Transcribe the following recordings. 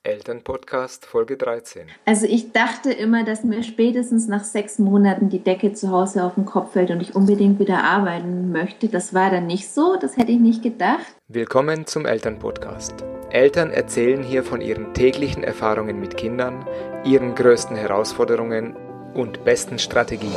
Elternpodcast Folge 13. Also ich dachte immer, dass mir spätestens nach 6 Monaten die Decke zu Hause auf den Kopf fällt und ich unbedingt wieder arbeiten möchte. Das war dann nicht so, das hätte ich nicht gedacht. Willkommen zum Elternpodcast. Eltern erzählen hier von ihren täglichen Erfahrungen mit Kindern, ihren größten Herausforderungen und besten Strategien.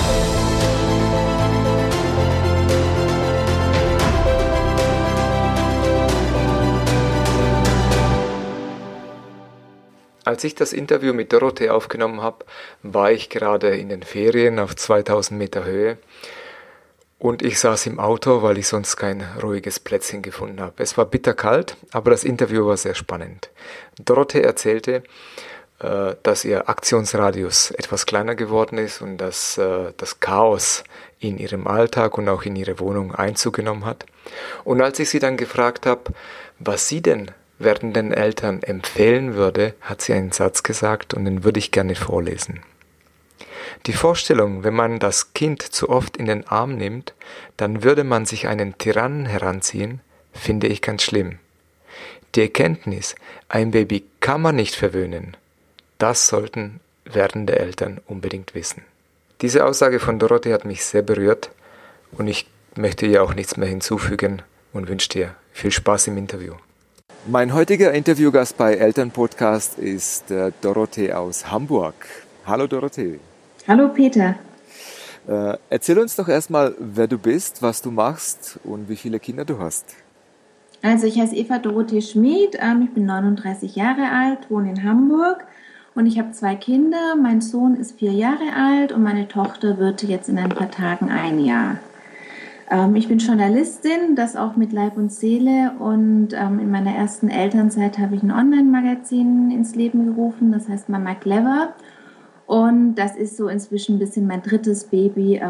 Als ich das Interview mit Dorothee aufgenommen habe, war ich gerade in den Ferien auf 2000 Meter Höhe und ich saß im Auto, weil ich sonst kein ruhiges Plätzchen gefunden habe. Es war bitterkalt, aber das Interview war sehr spannend. Dorothee erzählte, dass ihr Aktionsradius etwas kleiner geworden ist und dass das Chaos in ihrem Alltag und auch in ihre Wohnung Einzug genommen hat. Und als ich sie dann gefragt habe, was sie denn werdenden Eltern empfehlen würde, hat sie einen Satz gesagt und den würde ich gerne vorlesen. Die Vorstellung, wenn man das Kind zu oft in den Arm nimmt, dann würde man sich einen Tyrannen heranziehen, finde ich ganz schlimm. Die Erkenntnis, ein Baby kann man nicht verwöhnen, das sollten werdende Eltern unbedingt wissen. Diese Aussage von Dorothee hat mich sehr berührt und ich möchte ihr auch nichts mehr hinzufügen und wünsche dir viel Spaß im Interview. Mein heutiger Interviewgast bei Elternpodcast ist Dorothee aus Hamburg. Hallo Dorothee. Hallo Peter. Erzähl uns doch erstmal, wer du bist, was du machst und wie viele Kinder du hast. Also ich heiße Eva Dorothee Schmid, ich bin 39 Jahre alt, wohne in Hamburg und ich habe 2 Kinder. Mein Sohn ist 4 Jahre alt und meine Tochter wird jetzt in ein paar Tagen 1 Jahr. Ich bin Journalistin, das auch mit Leib und Seele und in meiner ersten Elternzeit habe ich ein Online-Magazin ins Leben gerufen, das heißt Mama Clever und das ist so inzwischen ein bisschen mein drittes Baby.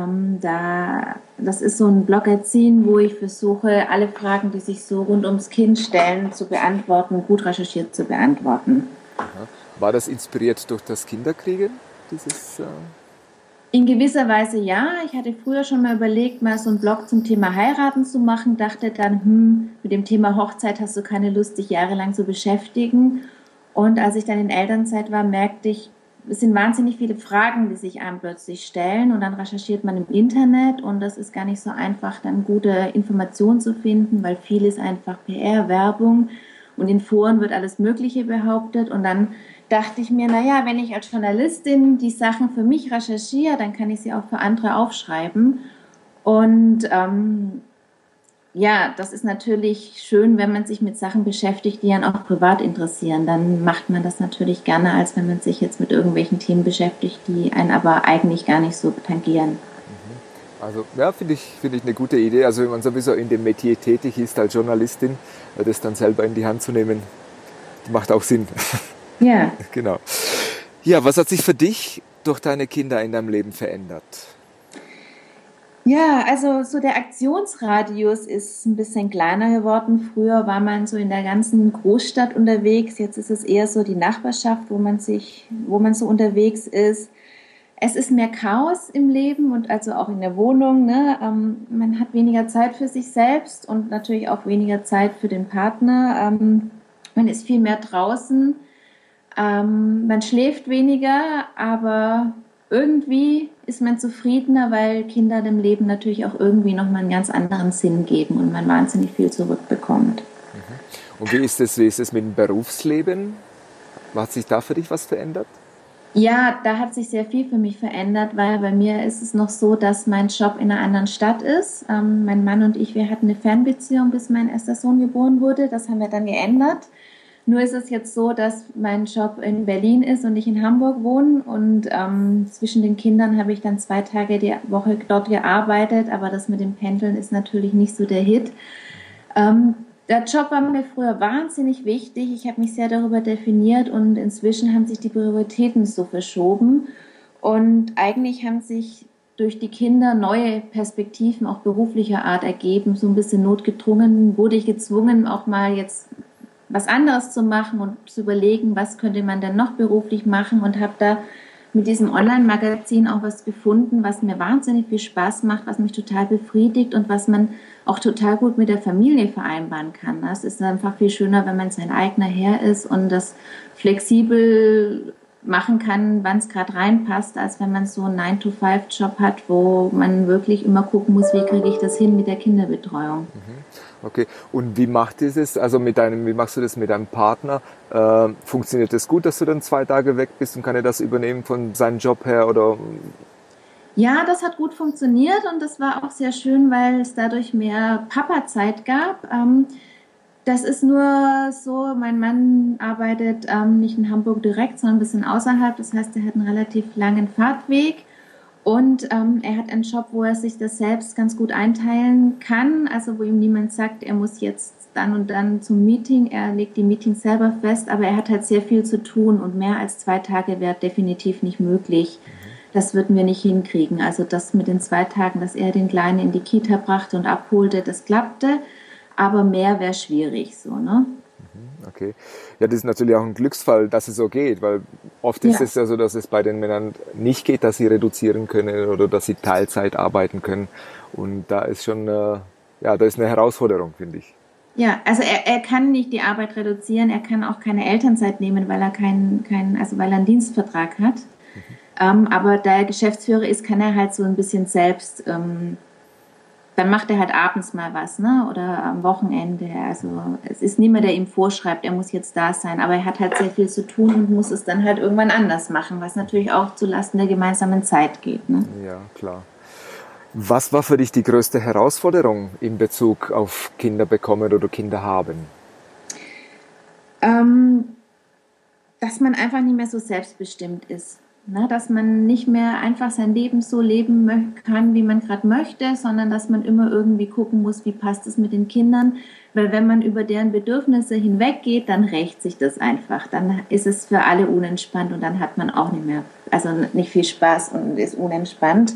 Das ist so ein Blogazin, wo ich versuche, alle Fragen, die sich so rund ums Kind stellen, zu beantworten, gut recherchiert zu beantworten. Aha. War das inspiriert durch das Kinderkriegen, dieses... In gewisser Weise ja. Ich hatte früher schon mal überlegt, mal so einen Blog zum Thema Heiraten zu machen, dachte dann, mit dem Thema Hochzeit hast du keine Lust, dich jahrelang zu beschäftigen. Und als ich dann in Elternzeit war, merkte ich, es sind wahnsinnig viele Fragen, die sich einem plötzlich stellen. Und dann recherchiert man im Internet und das ist gar nicht so einfach, dann gute Informationen zu finden, weil vieles einfach PR, Werbung und in Foren wird alles Mögliche behauptet. Und dann dachte ich mir, naja, wenn ich als Journalistin die Sachen für mich recherchiere, dann kann ich sie auch für andere aufschreiben. Und das ist natürlich schön, wenn man sich mit Sachen beschäftigt, die einen auch privat interessieren. Dann macht man das natürlich gerne, als wenn man sich jetzt mit irgendwelchen Themen beschäftigt, die einen aber eigentlich gar nicht so tangieren. Also ja, finde ich eine gute Idee. Also wenn man sowieso in dem Metier tätig ist als Journalistin, das dann selber in die Hand zu nehmen, macht auch Sinn. Ja. Genau. Ja, was hat sich für dich durch deine Kinder in deinem Leben verändert? Ja, also so der Aktionsradius ist ein bisschen kleiner geworden. Früher war man so in der ganzen Großstadt unterwegs. Jetzt ist es eher so die Nachbarschaft, wo man so unterwegs ist. Es ist mehr Chaos im Leben und also auch in der Wohnung. Ne? Man hat weniger Zeit für sich selbst und natürlich auch weniger Zeit für den Partner. Man ist viel mehr draußen. Man schläft weniger, aber irgendwie ist man zufriedener, weil Kinder dem Leben natürlich auch irgendwie nochmal einen ganz anderen Sinn geben und man wahnsinnig viel zurückbekommt. Und wie ist es mit dem Berufsleben? Hat sich da für dich was verändert? Ja, da hat sich sehr viel für mich verändert, weil bei mir ist es noch so, dass mein Job in einer anderen Stadt ist. Mein Mann und ich, wir hatten eine Fernbeziehung, bis mein erster Sohn geboren wurde. Das haben wir dann geändert. Nur ist es jetzt so, dass mein Job in Berlin ist und ich in Hamburg wohne und zwischen den Kindern habe ich dann 2 Tage die Woche dort gearbeitet, aber das mit dem Pendeln ist natürlich nicht so der Hit. Der Job war mir früher wahnsinnig wichtig, ich habe mich sehr darüber definiert und inzwischen haben sich die Prioritäten so verschoben und eigentlich haben sich durch die Kinder neue Perspektiven auch beruflicher Art ergeben, so ein bisschen notgedrungen wurde ich gezwungen, auch mal jetzt was anderes zu machen und zu überlegen, was könnte man denn noch beruflich machen und habe da mit diesem Online-Magazin auch was gefunden, was mir wahnsinnig viel Spaß macht, was mich total befriedigt und was man auch total gut mit der Familie vereinbaren kann. Es ist einfach viel schöner, wenn man sein eigener Herr ist und das flexibel machen kann, wann es gerade reinpasst, als wenn man so einen 9-to-5-Job hat, wo man wirklich immer gucken muss, wie kriege ich das hin mit der Kinderbetreuung. Okay, und wie macht es? Also wie machst du das mit deinem Partner? Funktioniert das gut, dass du dann 2 Tage weg bist und kann er das übernehmen von seinem Job her oder? Ja, das hat gut funktioniert und das war auch sehr schön, weil es dadurch mehr Papa-Zeit gab. Das ist nur so, mein Mann arbeitet nicht in Hamburg direkt, sondern ein bisschen außerhalb. Das heißt, er hat einen relativ langen Fahrtweg und er hat einen Job, wo er sich das selbst ganz gut einteilen kann. Also wo ihm niemand sagt, er muss jetzt dann und dann zum Meeting. Er legt die Meetings selber fest, aber er hat halt sehr viel zu tun und mehr als 2 Tage wäre definitiv nicht möglich. Das würden wir nicht hinkriegen. Also das mit den 2 Tagen, dass er den Kleinen in die Kita brachte und abholte, das klappte. Aber mehr wäre schwierig, so, ne? Okay. Ja, das ist natürlich auch ein Glücksfall, dass es so geht, weil oft ist es ja so, dass es bei den Männern nicht geht, dass sie reduzieren können oder dass sie Teilzeit arbeiten können. Und da ist schon, da ist eine Herausforderung, finde ich. Ja, also er kann nicht die Arbeit reduzieren, er kann auch keine Elternzeit nehmen, weil er weil er einen Dienstvertrag hat. Aber da er Geschäftsführer ist, kann er halt so ein bisschen selbst, dann macht er halt abends mal was, ne? Oder am Wochenende. Also es ist niemand, der ihm vorschreibt, er muss jetzt da sein. Aber er hat halt sehr viel zu tun und muss es dann halt irgendwann anders machen, was natürlich auch zulasten der gemeinsamen Zeit geht. Ne? Ja, klar. Was war für dich die größte Herausforderung in Bezug auf Kinder bekommen oder Kinder haben? Dass man einfach nicht mehr so selbstbestimmt ist. Ne, dass man nicht mehr einfach sein Leben so leben kann, wie man gerade möchte, sondern dass man immer irgendwie gucken muss, wie passt es mit den Kindern. Weil wenn man über deren Bedürfnisse hinweggeht, dann rächt sich das einfach. Dann ist es für alle unentspannt und dann hat man auch nicht viel Spaß und ist unentspannt.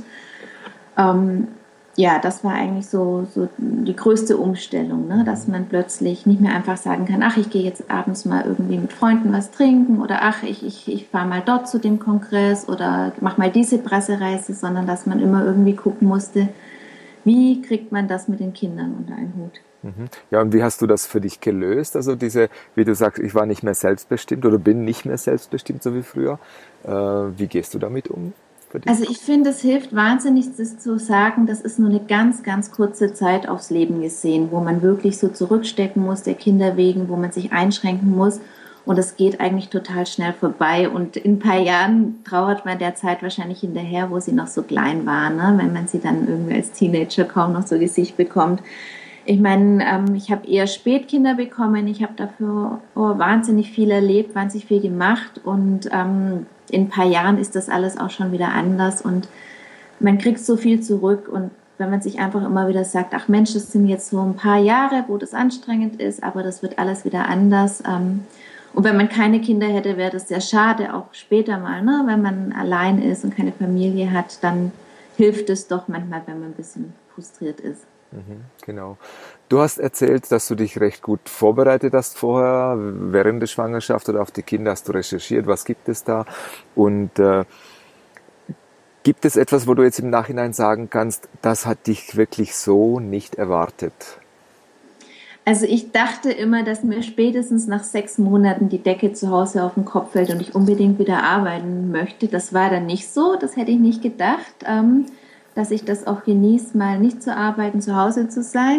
Ja, das war eigentlich so die größte Umstellung, ne? Dass man plötzlich nicht mehr einfach sagen kann, ach, ich gehe jetzt abends mal irgendwie mit Freunden was trinken oder ach, ich fahre mal dort zu dem Kongress oder mach mal diese Pressereise, sondern dass man immer irgendwie gucken musste, wie kriegt man das mit den Kindern unter einen Hut. Ja, und wie hast du das für dich gelöst? Also wie du sagst, ich war nicht mehr selbstbestimmt oder bin nicht mehr selbstbestimmt, so wie früher. Wie gehst du damit um? Also ich finde, es hilft wahnsinnig, das zu sagen, das ist nur eine ganz, ganz kurze Zeit aufs Leben gesehen, wo man wirklich so zurückstecken muss, der Kinder wegen, wo man sich einschränken muss. Und es geht eigentlich total schnell vorbei. Und in ein paar Jahren trauert man der Zeit wahrscheinlich hinterher, wo sie noch so klein war, ne? Wenn man sie dann irgendwie als Teenager kaum noch so Gesicht bekommt. Ich meine, ich habe eher spät Kinder bekommen. Ich habe dafür wahnsinnig viel erlebt, wahnsinnig viel gemacht und in ein paar Jahren ist das alles auch schon wieder anders und man kriegt so viel zurück und wenn man sich einfach immer wieder sagt, ach Mensch, das sind jetzt so ein paar Jahre, wo das anstrengend ist, aber das wird alles wieder anders. Und wenn man keine Kinder hätte, wäre das sehr schade, auch später mal, ne? Wenn man allein ist und keine Familie hat, dann hilft es doch manchmal, wenn man ein bisschen frustriert ist. Genau. Du hast erzählt, dass du dich recht gut vorbereitet hast vorher, während der Schwangerschaft oder auf die Kinder hast du recherchiert, was gibt es da? Und gibt es etwas, wo du jetzt im Nachhinein sagen kannst, das hat dich wirklich so nicht erwartet? Also ich dachte immer, dass mir spätestens nach 6 Monaten die Decke zu Hause auf den Kopf fällt und ich unbedingt wieder arbeiten möchte. Das war dann nicht so, das hätte ich nicht gedacht. Dass ich das auch genieße, mal nicht zu arbeiten, zu Hause zu sein.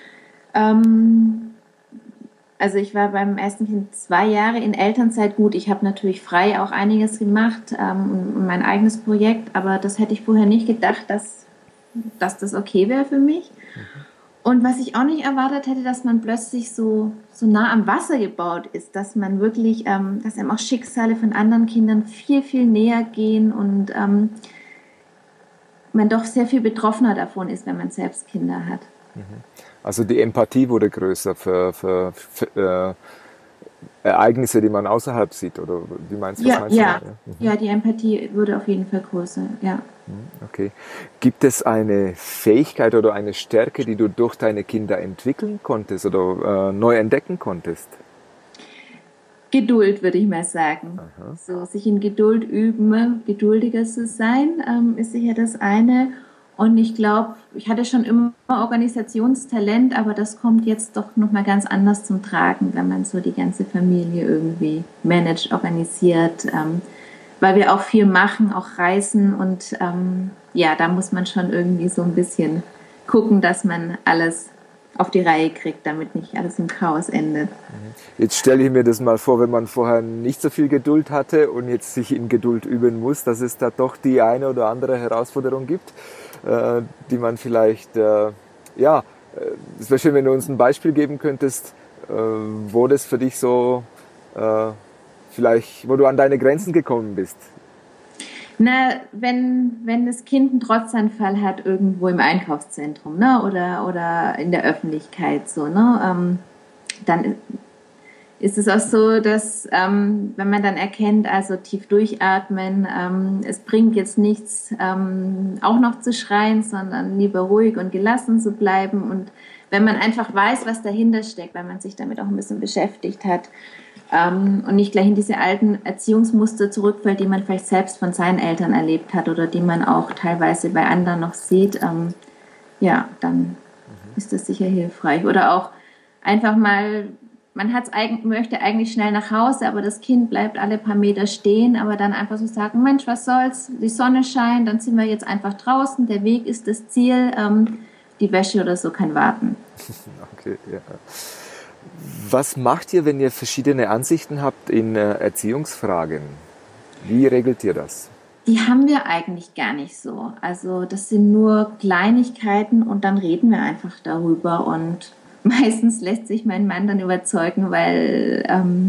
Also ich war beim ersten Kind 2 Jahre in Elternzeit. Gut, ich habe natürlich frei auch einiges gemacht und mein eigenes Projekt, aber das hätte ich vorher nicht gedacht, dass das okay wäre für mich. Und was ich auch nicht erwartet hätte, dass man plötzlich so nah am Wasser gebaut ist, dass man wirklich, dass einem auch Schicksale von anderen Kindern viel, viel näher gehen und man doch sehr viel betroffener davon ist, wenn man selbst Kinder hat. Also die Empathie wurde größer für Ereignisse, die man außerhalb sieht, oder wie meinst du? Ja, die Empathie wurde auf jeden Fall größer, ja. Okay. Gibt es eine Fähigkeit oder eine Stärke, die du durch deine Kinder entwickeln konntest oder neu entdecken konntest? Geduld, würde ich mal sagen. Aha. So, sich in Geduld üben, geduldiger zu sein, ist sicher das eine. Und ich glaube, ich hatte schon immer Organisationstalent, aber das kommt jetzt doch nochmal ganz anders zum Tragen, wenn man so die ganze Familie irgendwie managt, organisiert, weil wir auch viel machen, auch reisen und ja, da muss man schon irgendwie so ein bisschen gucken, dass man alles auf die Reihe kriegt, damit nicht alles im Chaos endet. Jetzt stelle ich mir das mal vor, wenn man vorher nicht so viel Geduld hatte und jetzt sich in Geduld üben muss, dass es da doch die eine oder andere Herausforderung gibt, die man vielleicht, es wäre schön, wenn du uns ein Beispiel geben könntest, wo das für dich so, vielleicht, wo du an deine Grenzen gekommen bist. Na, wenn das Kind einen Trotzanfall hat irgendwo im Einkaufszentrum, ne, oder in der Öffentlichkeit so, ne, dann ist es auch so, dass wenn man dann erkennt, also tief durchatmen, es bringt jetzt nichts, auch noch zu schreien, sondern lieber ruhig und gelassen zu bleiben. Und wenn man einfach weiß, was dahinter steckt, weil man sich damit auch ein bisschen beschäftigt hat, und nicht gleich in diese alten Erziehungsmuster zurückfällt, die man vielleicht selbst von seinen Eltern erlebt hat oder die man auch teilweise bei anderen noch sieht, ja, dann ist das sicher hilfreich. Oder auch einfach mal, möchte eigentlich schnell nach Hause, aber das Kind bleibt alle paar Meter stehen, aber dann einfach so sagen, Mensch, was soll's, die Sonne scheint, dann sind wir jetzt einfach draußen, der Weg ist das Ziel, die Wäsche oder so kann warten. Okay, ja. Was macht ihr, wenn ihr verschiedene Ansichten habt in Erziehungsfragen? Wie regelt ihr das? Die haben wir eigentlich gar nicht so. Also das sind nur Kleinigkeiten und dann reden wir einfach darüber und meistens lässt sich mein Mann dann überzeugen, weil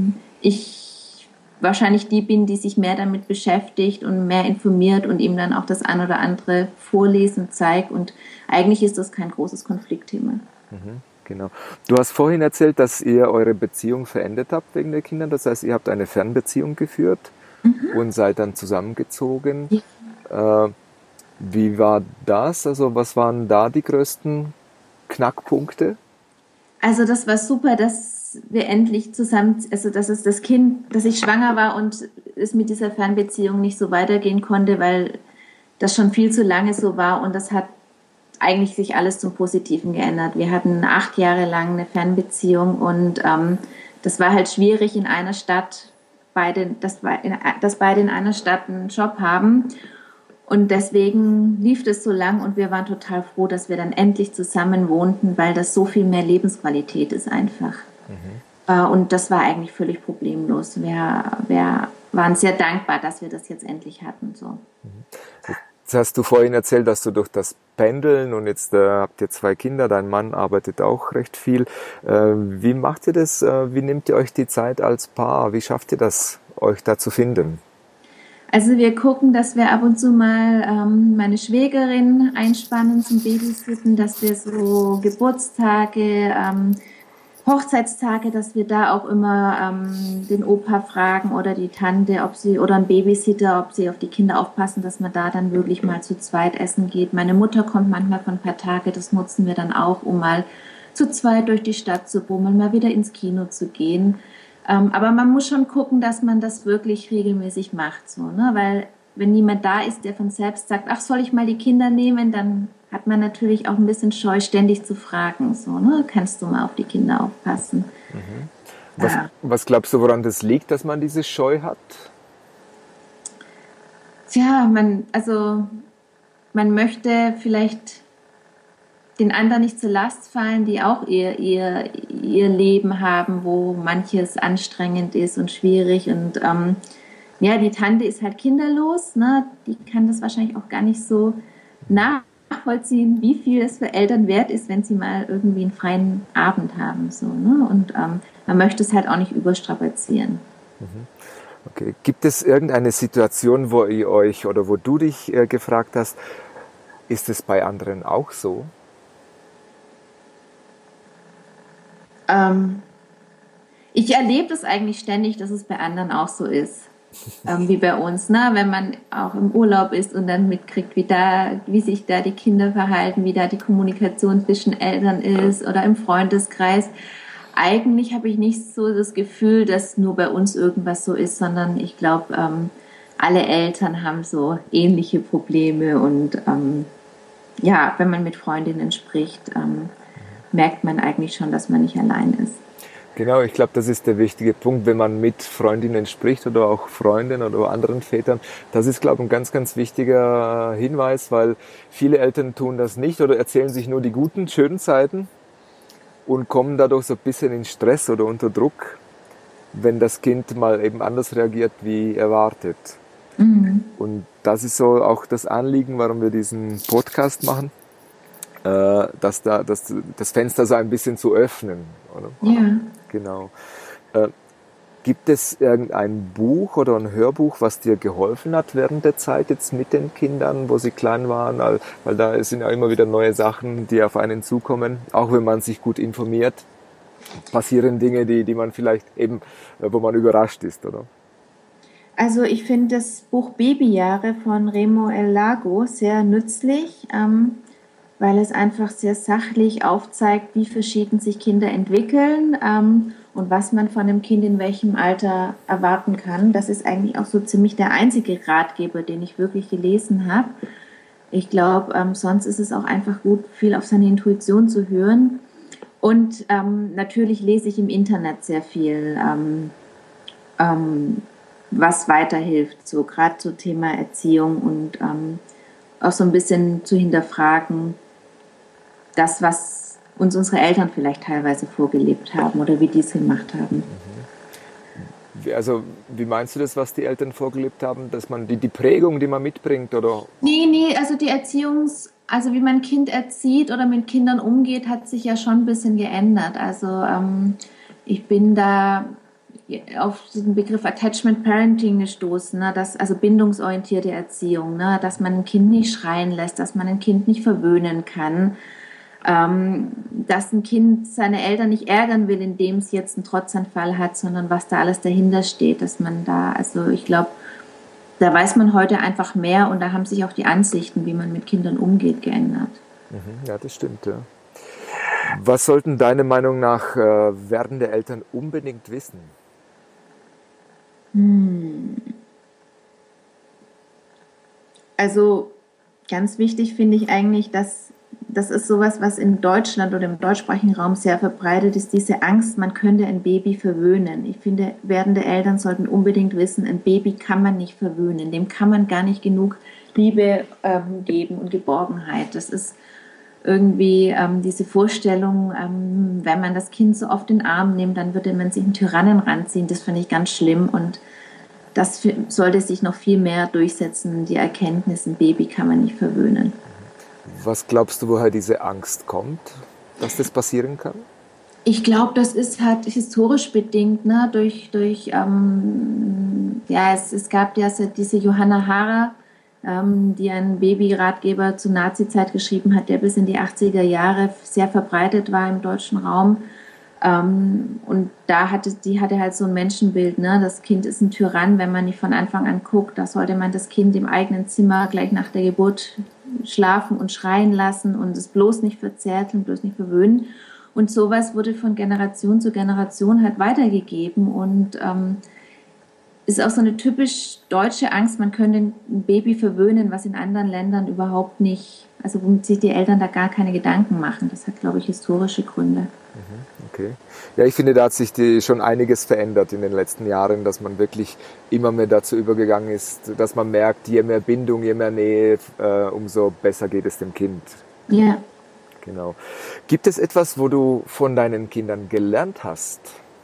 ich wahrscheinlich die bin, die sich mehr damit beschäftigt und mehr informiert und ihm dann auch das ein oder andere vorlesen zeigt und eigentlich ist das kein großes Konfliktthema. Genau. Du hast vorhin erzählt, dass ihr eure Beziehung verändert habt wegen der Kinder. Das heißt, ihr habt eine Fernbeziehung geführt und seid dann zusammengezogen. Ja. Wie war das? Also was waren da die größten Knackpunkte? Also das war super, dass wir endlich zusammen, also dass es das Kind, dass ich schwanger war und es mit dieser Fernbeziehung nicht so weitergehen konnte, weil das schon viel zu lange so war und das hat eigentlich sich alles zum Positiven geändert. Wir hatten 8 Jahre lang eine Fernbeziehung und das war halt schwierig in einer Stadt, dass beide in einer Stadt einen Job haben und deswegen lief das so lang und wir waren total froh, dass wir dann endlich zusammen wohnten, weil das so viel mehr Lebensqualität ist einfach. Und das war eigentlich völlig problemlos. Wir waren sehr dankbar, dass wir das jetzt endlich hatten. So. Jetzt hast du vorhin erzählt, dass du durch das Pendeln und jetzt habt ihr 2 Kinder, dein Mann arbeitet auch recht viel. Wie macht ihr das? Wie nehmt ihr euch die Zeit als Paar? Wie schafft ihr das, euch da zu finden? Also wir gucken, dass wir ab und zu mal meine Schwägerin einspannen zum Babysitten, dass wir so Geburtstage, Hochzeitstage, dass wir da auch immer den Opa fragen oder die Tante, oder einen Babysitter, ob sie auf die Kinder aufpassen, dass man da dann wirklich mal zu zweit essen geht. Meine Mutter kommt manchmal für ein paar Tage, das nutzen wir dann auch, um mal zu zweit durch die Stadt zu bummeln, mal wieder ins Kino zu gehen. Aber man muss schon gucken, dass man das wirklich regelmäßig macht, so, ne? Weil wenn niemand da ist, der von selbst sagt, ach, soll ich mal die Kinder nehmen, dann hat man natürlich auch ein bisschen Scheu, ständig zu fragen, so, ne? Kannst du mal auf die Kinder aufpassen? Was glaubst du, woran das liegt, dass man diese Scheu hat? Tja, man möchte vielleicht den anderen nicht zur Last fallen, die auch ihr Leben haben, wo manches anstrengend ist und schwierig. Und die Tante ist halt kinderlos, ne? Die kann das wahrscheinlich auch gar nicht so nachvollziehen, wie viel es für Eltern wert ist, wenn sie mal irgendwie einen freien Abend haben. So, ne? Und man möchte es halt auch nicht überstrapazieren. Okay. Gibt es irgendeine Situation, wo ihr euch oder wo du dich gefragt hast, ist es bei anderen auch so? Ich erlebe das eigentlich ständig, dass es bei anderen auch so ist, wie bei uns, ne? Wenn man auch im Urlaub ist und dann mitkriegt, wie sich da die Kinder verhalten, wie da die Kommunikation zwischen Eltern ist oder im Freundeskreis. eigentlich habe ich nicht so das Gefühl, dass nur bei uns irgendwas so ist, sondern ich glaube, alle Eltern haben so ähnliche Probleme und ja, wenn man mit Freundinnen spricht, merkt man eigentlich schon, dass man nicht allein ist. Genau, ich glaube, das ist der wichtige Punkt, wenn man mit Freundinnen spricht oder auch Freunden oder anderen Vätern. Das ist, glaube ich, ein ganz, ganz wichtiger Hinweis, weil viele Eltern tun das nicht oder erzählen sich nur die guten, schönen Seiten und kommen dadurch so ein bisschen in Stress oder unter Druck, wenn das Kind mal eben anders reagiert wie erwartet. Mhm. Und das ist so auch das Anliegen, warum wir diesen Podcast machen, das Fenster so ein bisschen zu öffnen, oder? Ja. Genau. Gibt es irgendein Buch oder ein Hörbuch, was dir geholfen hat während der Zeit jetzt mit den Kindern, wo sie klein waren? Weil da sind ja immer wieder neue Sachen, die auf einen zukommen. Auch wenn man sich gut informiert, passieren Dinge, die man vielleicht eben, wo man überrascht ist, oder? Also ich finde das Buch Babyjahre von Remo El Lago sehr nützlich, weil es einfach sehr sachlich aufzeigt, wie verschieden sich Kinder entwickeln und was man von einem Kind in welchem Alter erwarten kann. Das ist eigentlich auch so ziemlich der einzige Ratgeber, den ich wirklich gelesen habe. Ich glaube, sonst ist es auch einfach gut, viel auf seine Intuition zu hören. Und natürlich lese ich im Internet sehr viel, was weiterhilft, so gerade zum Thema Erziehung und auch so ein bisschen zu hinterfragen, das, was uns unsere Eltern vielleicht teilweise vorgelebt haben oder wie die es gemacht haben. Also wie meinst du das, was die Eltern vorgelebt haben, dass man die Prägung, die man mitbringt, oder? Nee, also die also wie man ein Kind erzieht oder mit Kindern umgeht, hat sich ja schon ein bisschen geändert. Also ich bin da auf den Begriff Attachment Parenting gestoßen, ne? Also bindungsorientierte Erziehung, ne? Dass man ein Kind nicht schreien lässt, dass man ein Kind nicht verwöhnen kann, dass ein Kind seine Eltern nicht ärgern will, indem es jetzt einen Trotzanfall hat, sondern was da alles dahinter steht, dass man da, also ich glaube, da weiß man heute einfach mehr und da haben sich auch die Ansichten, wie man mit Kindern umgeht, geändert. Ja, das stimmt, ja. Was sollten deiner Meinung nach werdende Eltern unbedingt wissen? Also ganz wichtig finde ich eigentlich, dass das ist sowas, was in Deutschland oder im deutschsprachigen Raum sehr verbreitet ist, diese Angst, man könnte ein Baby verwöhnen. Ich finde, werdende Eltern sollten unbedingt wissen, ein Baby kann man nicht verwöhnen, dem kann man gar nicht genug Liebe geben und Geborgenheit. Das ist irgendwie diese Vorstellung, wenn man das Kind so oft in den Arm nimmt, dann würde man sich einen Tyrannen ranziehen. Das finde ich ganz schlimm und das sollte sich noch viel mehr durchsetzen, die Erkenntnis, ein Baby kann man nicht verwöhnen. Was glaubst du, woher diese Angst kommt, dass das passieren kann? Ich glaube, das ist halt historisch bedingt, ne? Es gab ja diese Johanna Hara, die einen Babyratgeber zur Nazizeit geschrieben hat, der bis in die 80er Jahre sehr verbreitet war im deutschen Raum. Und die hatte halt so ein Menschenbild, ne? Das Kind ist ein Tyrann, wenn man nicht von Anfang an guckt. Da sollte man das Kind im eigenen Zimmer gleich nach der Geburt schlafen und schreien lassen und es bloß nicht verzärteln, bloß nicht verwöhnen. Und sowas wurde von Generation zu Generation halt weitergegeben und ist auch so eine typisch deutsche Angst, man könnte ein Baby verwöhnen, was in anderen Ländern überhaupt nicht, also womit sich die Eltern da gar keine Gedanken machen. Das hat, glaube ich, historische Gründe. Okay. Ja, ich finde, da hat sich schon einiges verändert in den letzten Jahren, dass man wirklich immer mehr dazu übergegangen ist, dass man merkt, je mehr Bindung, je mehr Nähe, umso besser geht es dem Kind. Ja. Genau. Gibt es etwas, wo du von deinen Kindern gelernt hast?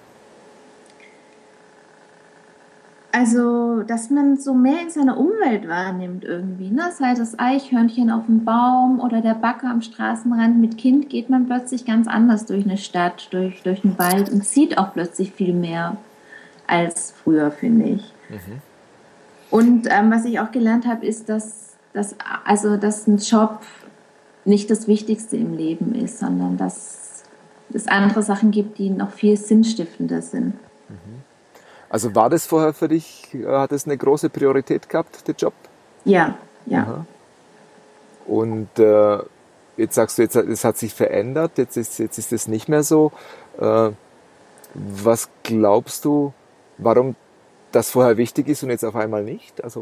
Also, dass man so mehr in seiner Umwelt wahrnimmt irgendwie, ne? Sei das Eichhörnchen auf dem Baum oder der Bagger am Straßenrand. Mit Kind geht man plötzlich ganz anders durch eine Stadt, durch den Wald und sieht auch plötzlich viel mehr als früher, finde ich. Und was ich auch gelernt habe, ist, dass ein Job nicht das Wichtigste im Leben ist, sondern dass es andere Sachen gibt, die noch viel sinnstiftender sind. Also war das vorher für dich, hat es eine große Priorität gehabt, der Job? Ja. Aha. Und jetzt sagst du, es hat sich verändert, jetzt ist es nicht mehr so. Was glaubst du, warum das vorher wichtig ist und jetzt auf einmal nicht? Also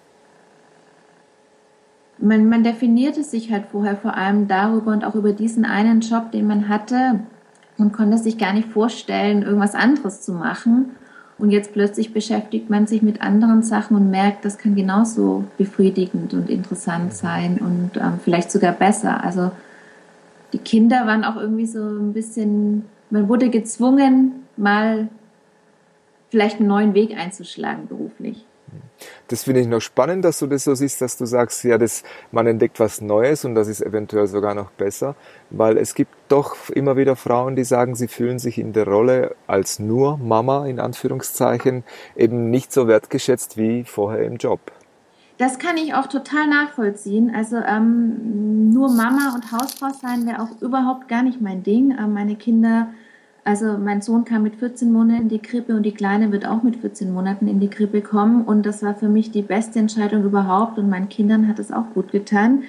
Man definierte sich halt vorher vor allem darüber und auch über diesen einen Job, den man hatte und konnte sich gar nicht vorstellen, irgendwas anderes zu machen. Und jetzt plötzlich beschäftigt man sich mit anderen Sachen und merkt, das kann genauso befriedigend und interessant sein und vielleicht sogar besser. Also die Kinder waren auch irgendwie so ein bisschen, man wurde gezwungen, mal vielleicht einen neuen Weg einzuschlagen beruflich. das finde ich noch spannend, dass du das so siehst, dass du sagst, ja, man entdeckt was Neues und das ist eventuell sogar noch besser, weil es gibt doch immer wieder Frauen, die sagen, sie fühlen sich in der Rolle als nur Mama, in Anführungszeichen, eben nicht so wertgeschätzt wie vorher im Job. Das kann ich auch total nachvollziehen. Also nur Mama und Hausfrau sein wäre auch überhaupt gar nicht mein Ding. Meine Kinder, also mein Sohn kam mit 14 Monaten in die Krippe und die Kleine wird auch mit 14 Monaten in die Krippe kommen. Und das war für mich die beste Entscheidung überhaupt. Und meinen Kindern hat es auch gut getan,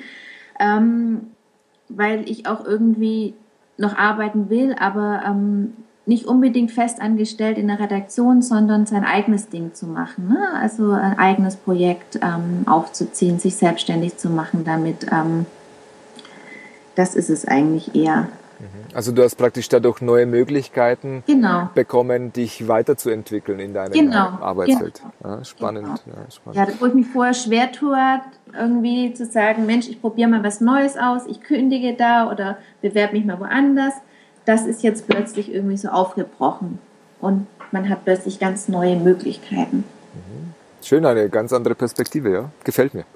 weil ich auch irgendwie noch arbeiten will, aber nicht unbedingt festangestellt in der Redaktion, sondern sein eigenes Ding zu machen. Ne? Also ein eigenes Projekt aufzuziehen, sich selbstständig zu machen damit. Das ist es eigentlich eher. Also du hast praktisch dadurch neue Möglichkeiten Genau. bekommen, dich weiterzuentwickeln in deinem Arbeitsfeld. Genau. Ja, spannend. Genau. Ja, spannend. Ja, wo ich mich vorher schwer tue, irgendwie zu sagen, Mensch, ich probiere mal was Neues aus, ich kündige da oder bewerbe mich mal woanders. Das ist jetzt plötzlich irgendwie so aufgebrochen und man hat plötzlich ganz neue Möglichkeiten. Schön, eine ganz andere Perspektive, ja. Gefällt mir.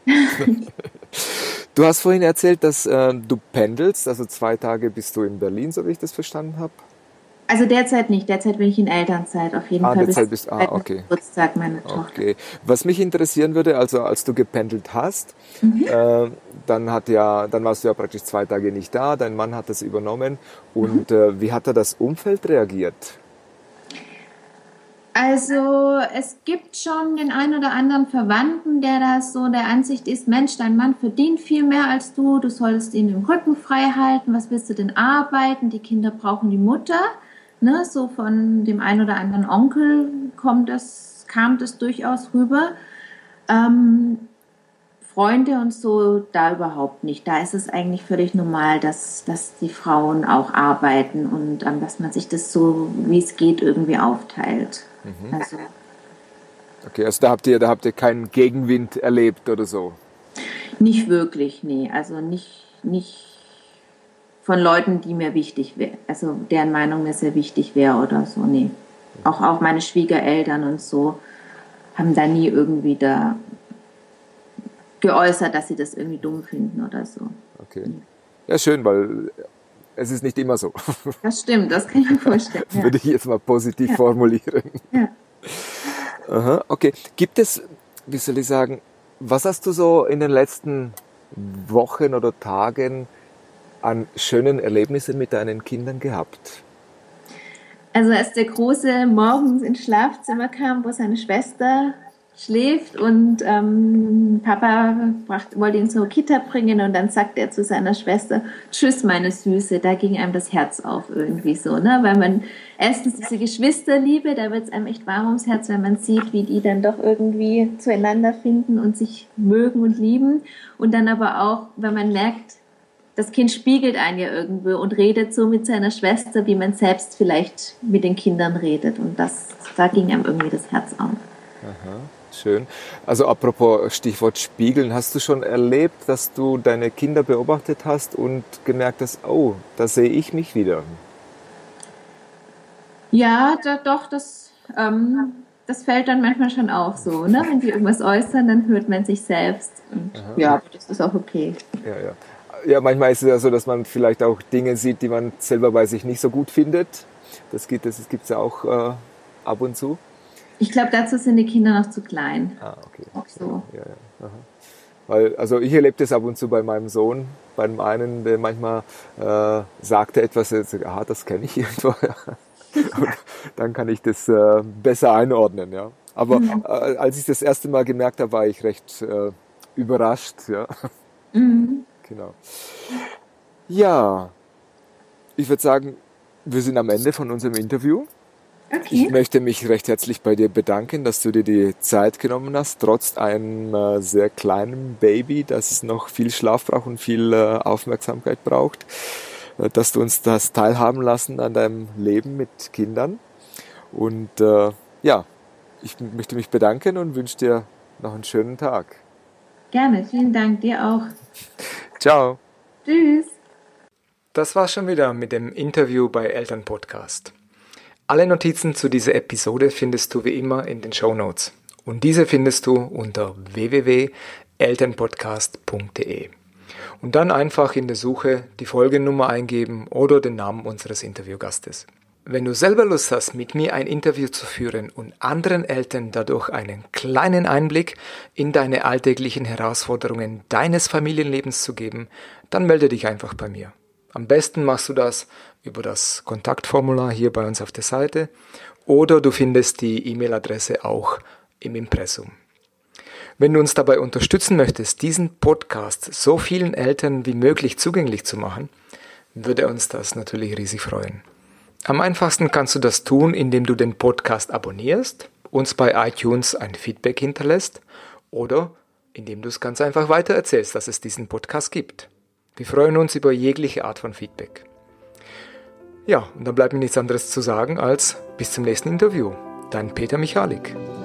Du hast vorhin erzählt, dass du pendelst, also 2 Tage bist du in Berlin, so wie ich das verstanden habe. Also derzeit nicht, derzeit bin ich in Elternzeit auf jeden Fall bis okay. Geburtstag meiner Tochter. Okay. Was mich interessieren würde, also als du gependelt hast, dann warst du ja praktisch 2 Tage nicht da, dein Mann hat das übernommen und wie hat da das Umfeld reagiert? Also es gibt schon den einen oder anderen Verwandten, der da so der Ansicht ist, Mensch, dein Mann verdient viel mehr als du solltest ihn im Rücken frei halten, was willst du denn arbeiten, die Kinder brauchen die Mutter. Ne? So von dem einen oder anderen Onkel kam das durchaus rüber. Freunde und so, da überhaupt nicht. Da ist es eigentlich völlig normal, dass die Frauen auch arbeiten und dass man sich das so, wie es geht, irgendwie aufteilt. Also, Okay, also da habt ihr keinen Gegenwind erlebt oder so? nicht wirklich, nee. Also nicht von Leuten, die mir wichtig wären, also deren Meinung mir sehr wichtig wäre oder so, nee. Auch meine Schwiegereltern und so haben da nie irgendwie da geäußert, dass sie das irgendwie dumm finden oder so. Okay. Ja, schön, weil es ist nicht immer so. Das stimmt, das kann ich mir vorstellen. Ja. Würde ich jetzt mal positiv formulieren. Ja. Aha, okay. Gibt es, wie soll ich sagen, was hast du so in den letzten Wochen oder Tagen an schönen Erlebnissen mit deinen Kindern gehabt? Also als der Große morgens ins Schlafzimmer kam, wo seine Schwester schläft und Papa wollte ihn zur Kita bringen und dann sagt er zu seiner Schwester, tschüss meine Süße, da ging einem das Herz auf irgendwie so, ne? Weil man erstens diese Geschwisterliebe, da wird es einem echt warm ums Herz, wenn man sieht, wie die dann doch irgendwie zueinander finden und sich mögen und lieben und dann aber auch, wenn man merkt, das Kind spiegelt einen ja irgendwo und redet so mit seiner Schwester, wie man selbst vielleicht mit den Kindern redet und da ging einem irgendwie das Herz auf. Aha. Schön. Also apropos Stichwort Spiegeln, hast du schon erlebt, dass du deine Kinder beobachtet hast und gemerkt hast, oh, da sehe ich mich wieder? Ja, doch, das fällt dann manchmal schon auf so, ne? Wenn die irgendwas äußern, dann hört man sich selbst und ja, das ist auch okay. Ja. Ja, manchmal ist es ja so, dass man vielleicht auch Dinge sieht, die man selber bei sich nicht so gut findet. Das gibt's ja auch ab und zu. Ich glaube, dazu sind die Kinder noch zu klein. Okay. Auch so. Ja. Aha. Weil, also ich erlebe das ab und zu bei meinem Sohn, bei dem einen, der manchmal sagt etwas, das kenne ich irgendwo. Ja. Und dann kann ich das besser einordnen. Ja. Aber als ich das erste Mal gemerkt habe, war ich recht überrascht. Ja. Mhm. Genau. Ja, ich würde sagen, wir sind am Ende von unserem Interview. Okay. Ich möchte mich recht herzlich bei dir bedanken, dass du dir die Zeit genommen hast, trotz einem sehr kleinen Baby, das noch viel Schlaf braucht und viel Aufmerksamkeit braucht, dass du uns das teilhaben lassen an deinem Leben mit Kindern. Und ich möchte mich bedanken und wünsche dir noch einen schönen Tag. Gerne, vielen Dank, dir auch. Ciao. Tschüss. Das war's schon wieder mit dem Interview bei Elternpodcast. Alle Notizen zu dieser Episode findest du wie immer in den Shownotes. Und diese findest du unter www.elternpodcast.de. Und dann einfach in der Suche die Folgennummer eingeben oder den Namen unseres Interviewgastes. Wenn du selber Lust hast, mit mir ein Interview zu führen und anderen Eltern dadurch einen kleinen Einblick in deine alltäglichen Herausforderungen deines Familienlebens zu geben, dann melde dich einfach bei mir. Am besten machst du das über das Kontaktformular hier bei uns auf der Seite oder du findest die E-Mail-Adresse auch im Impressum. Wenn du uns dabei unterstützen möchtest, diesen Podcast so vielen Eltern wie möglich zugänglich zu machen, würde uns das natürlich riesig freuen. Am einfachsten kannst du das tun, indem du den Podcast abonnierst, uns bei iTunes ein Feedback hinterlässt oder indem du es ganz einfach weitererzählst, dass es diesen Podcast gibt. Wir freuen uns über jegliche Art von Feedback. Ja, und dann bleibt mir nichts anderes zu sagen als bis zum nächsten Interview. Dein Peter Michalik.